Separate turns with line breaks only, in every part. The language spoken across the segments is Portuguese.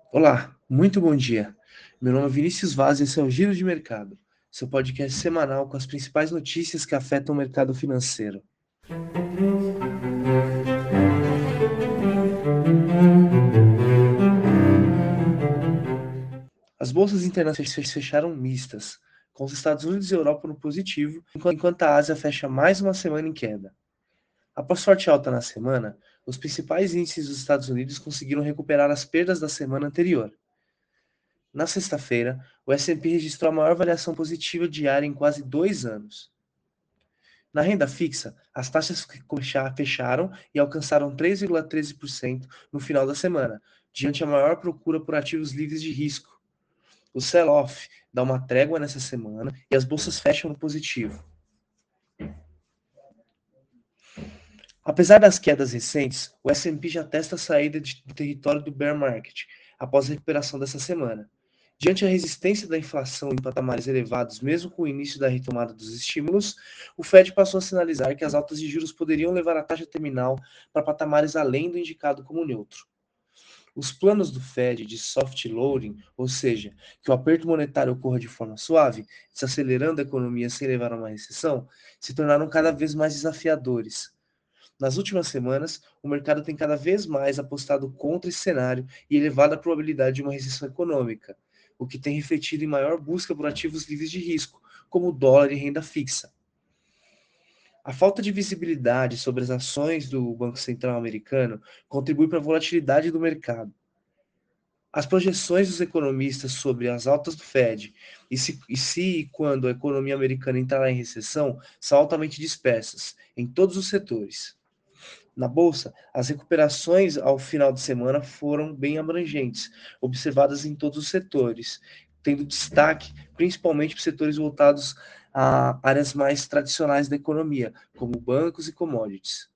Olá, muito bom dia. Meu nome é Vinícius Vaz e esse é o Giro de Mercado, seu podcast semanal com as principais notícias que afetam o mercado financeiro. As bolsas internacionais fecharam mistas, com os Estados Unidos e Europa no positivo, enquanto a Ásia fecha mais uma semana em queda. Após forte alta na semana, os principais índices dos Estados Unidos conseguiram recuperar as perdas da semana anterior. Na sexta-feira, o S&P registrou a maior variação positiva diária em quase 2 anos. Na renda fixa, as taxas fecharam e alcançaram 3,13% no final da semana, diante a maior procura por ativos livres de risco. O sell-off dá uma trégua nessa semana e as bolsas fecham no positivo. Apesar das quedas recentes, o S&P já testa a saída do território do bear market após a recuperação dessa semana. Diante da resistência da inflação em patamares elevados, mesmo com o início da retomada dos estímulos, o Fed passou a sinalizar que as altas de juros poderiam levar a taxa terminal para patamares além do indicado como neutro. Os planos do Fed de soft loading, ou seja, que o aperto monetário ocorra de forma suave, desacelerando a economia sem levar a uma recessão, se tornaram cada vez mais desafiadores. Nas últimas semanas, o mercado tem cada vez mais apostado contra esse cenário e elevado a probabilidade de uma recessão econômica, o que tem refletido em maior busca por ativos livres de risco, como o dólar e renda fixa. A falta de visibilidade sobre as ações do Banco Central americano contribui para a volatilidade do mercado. As projeções dos economistas sobre as altas do Fed se e quando a economia americana entrará em recessão são altamente dispersas em todos os setores. Na bolsa, as recuperações ao final de semana foram bem abrangentes, observadas em todos os setores, tendo destaque principalmente para setores voltados a áreas mais tradicionais da economia, como bancos e commodities.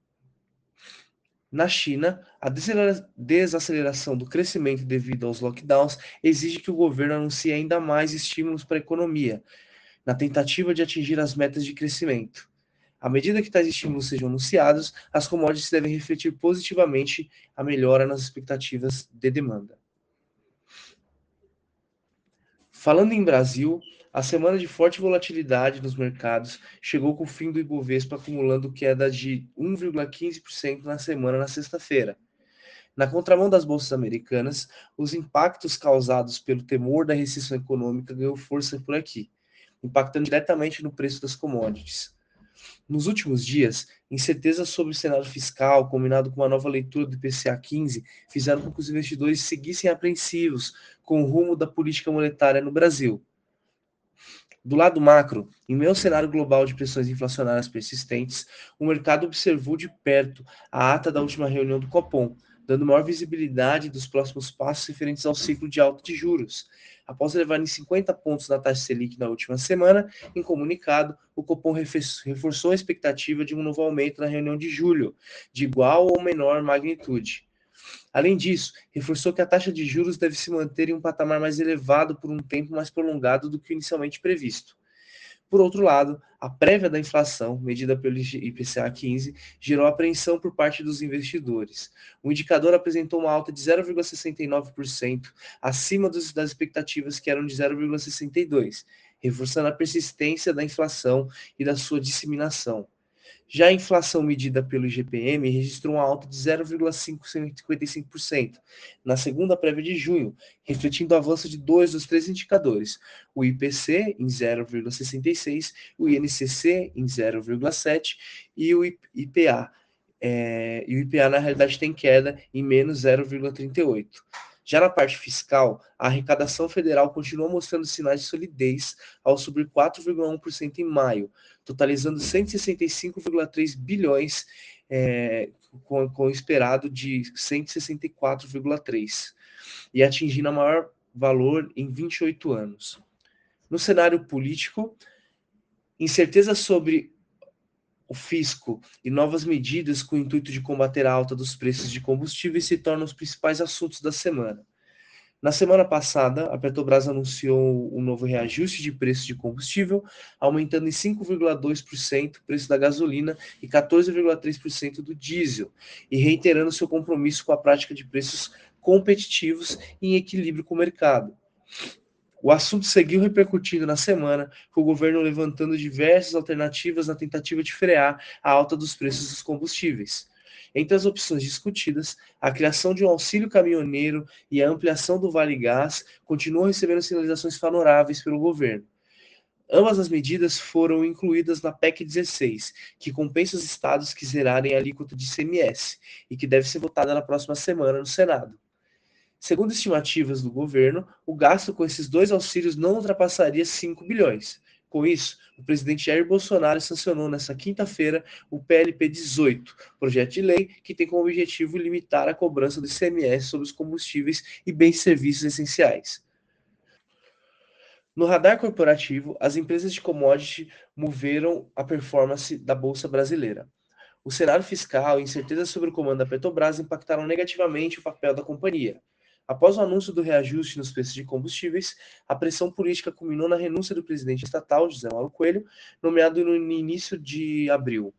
Na China, a desaceleração do crescimento devido aos lockdowns exige que o governo anuncie ainda mais estímulos para a economia, na tentativa de atingir as metas de crescimento. À medida que tais estímulos sejam anunciados, as commodities devem refletir positivamente a melhora nas expectativas de demanda. Falando em Brasil, a semana de forte volatilidade nos mercados chegou com o fim do Ibovespa acumulando queda de 1,15% na semana na sexta-feira. Na contramão das bolsas americanas, os impactos causados pelo temor da recessão econômica ganhou força por aqui, impactando diretamente no preço das commodities. Nos últimos dias, incertezas sobre o cenário fiscal, combinado com uma nova leitura do IPCA 15, fizeram com que os investidores seguissem apreensivos com o rumo da política monetária no Brasil. Do lado macro, em meio ao cenário global de pressões inflacionárias persistentes, o mercado observou de perto a ata da última reunião do Copom, dando maior visibilidade dos próximos passos referentes ao ciclo de alta de juros. Após elevar em 50 pontos na taxa Selic na última semana, em comunicado, o Copom reforçou a expectativa de um novo aumento na reunião de julho, de igual ou menor magnitude. Além disso, reforçou que a taxa de juros deve se manter em um patamar mais elevado por um tempo mais prolongado do que inicialmente previsto. Por outro lado, a prévia da inflação, medida pelo IPCA 15, gerou apreensão por parte dos investidores. O indicador apresentou uma alta de 0,69%, acima das expectativas que eram de 0,62%, reforçando a persistência da inflação e da sua disseminação. Já a inflação medida pelo IGPM registrou uma alta de 0,555% na segunda prévia de junho, refletindo o avanço de dois dos três indicadores, o IPC em 0,66, o INCC em 0,7 e o IPA. E o IPA, na realidade, tem queda em menos 0,38. Já na parte fiscal, a arrecadação federal continua mostrando sinais de solidez ao subir 4,1% em maio, totalizando 165,3 bilhões, com o esperado de 164,3, e atingindo o maior valor em 28 anos. No cenário político, incerteza sobre o fisco e novas medidas com o intuito de combater a alta dos preços de combustíveis se tornam os principais assuntos da semana. Na semana passada, a Petrobras anunciou um novo reajuste de preço de combustível, aumentando em 5,2% o preço da gasolina e 14,3% do diesel, e reiterando seu compromisso com a prática de preços competitivos e em equilíbrio com o mercado. O assunto seguiu repercutindo na semana, com o governo levantando diversas alternativas na tentativa de frear a alta dos preços dos combustíveis. Entre as opções discutidas, a criação de um auxílio caminhoneiro e a ampliação do Vale Gás continuam recebendo sinalizações favoráveis pelo governo. Ambas as medidas foram incluídas na PEC 16, que compensa os estados que zerarem a alíquota de ICMS e que deve ser votada na próxima semana no Senado. Segundo estimativas do governo, o gasto com esses dois auxílios não ultrapassaria 5 bilhões. Com isso, o presidente Jair Bolsonaro sancionou nesta quinta-feira o PLP 18, projeto de lei que tem como objetivo limitar a cobrança do ICMS sobre os combustíveis e bens e serviços essenciais. No radar corporativo, as empresas de commodity moveram a performance da Bolsa Brasileira. O cenário fiscal e incertezas sobre o comando da Petrobras impactaram negativamente o papel da companhia. Após o anúncio do reajuste nos preços de combustíveis, a pressão política culminou na renúncia do presidente estatal, José Mauro Coelho, nomeado no início de abril.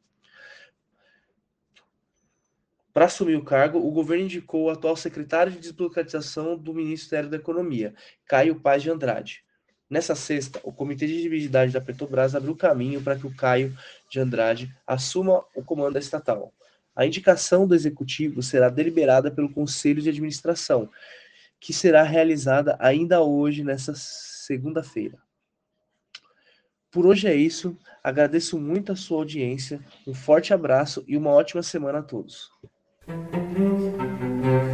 Para assumir o cargo, o governo indicou o atual secretário de desburocratização do Ministério da Economia, Caio Paz de Andrade. Nessa sexta, o Comitê de Dignidade da Petrobras abriu caminho para que o Caio de Andrade assuma o comando da estatal. A indicação do executivo será deliberada pelo Conselho de Administração, que será realizada ainda hoje, nesta segunda-feira. Por hoje é isso. Agradeço muito a sua audiência. Um forte abraço e uma ótima semana a todos.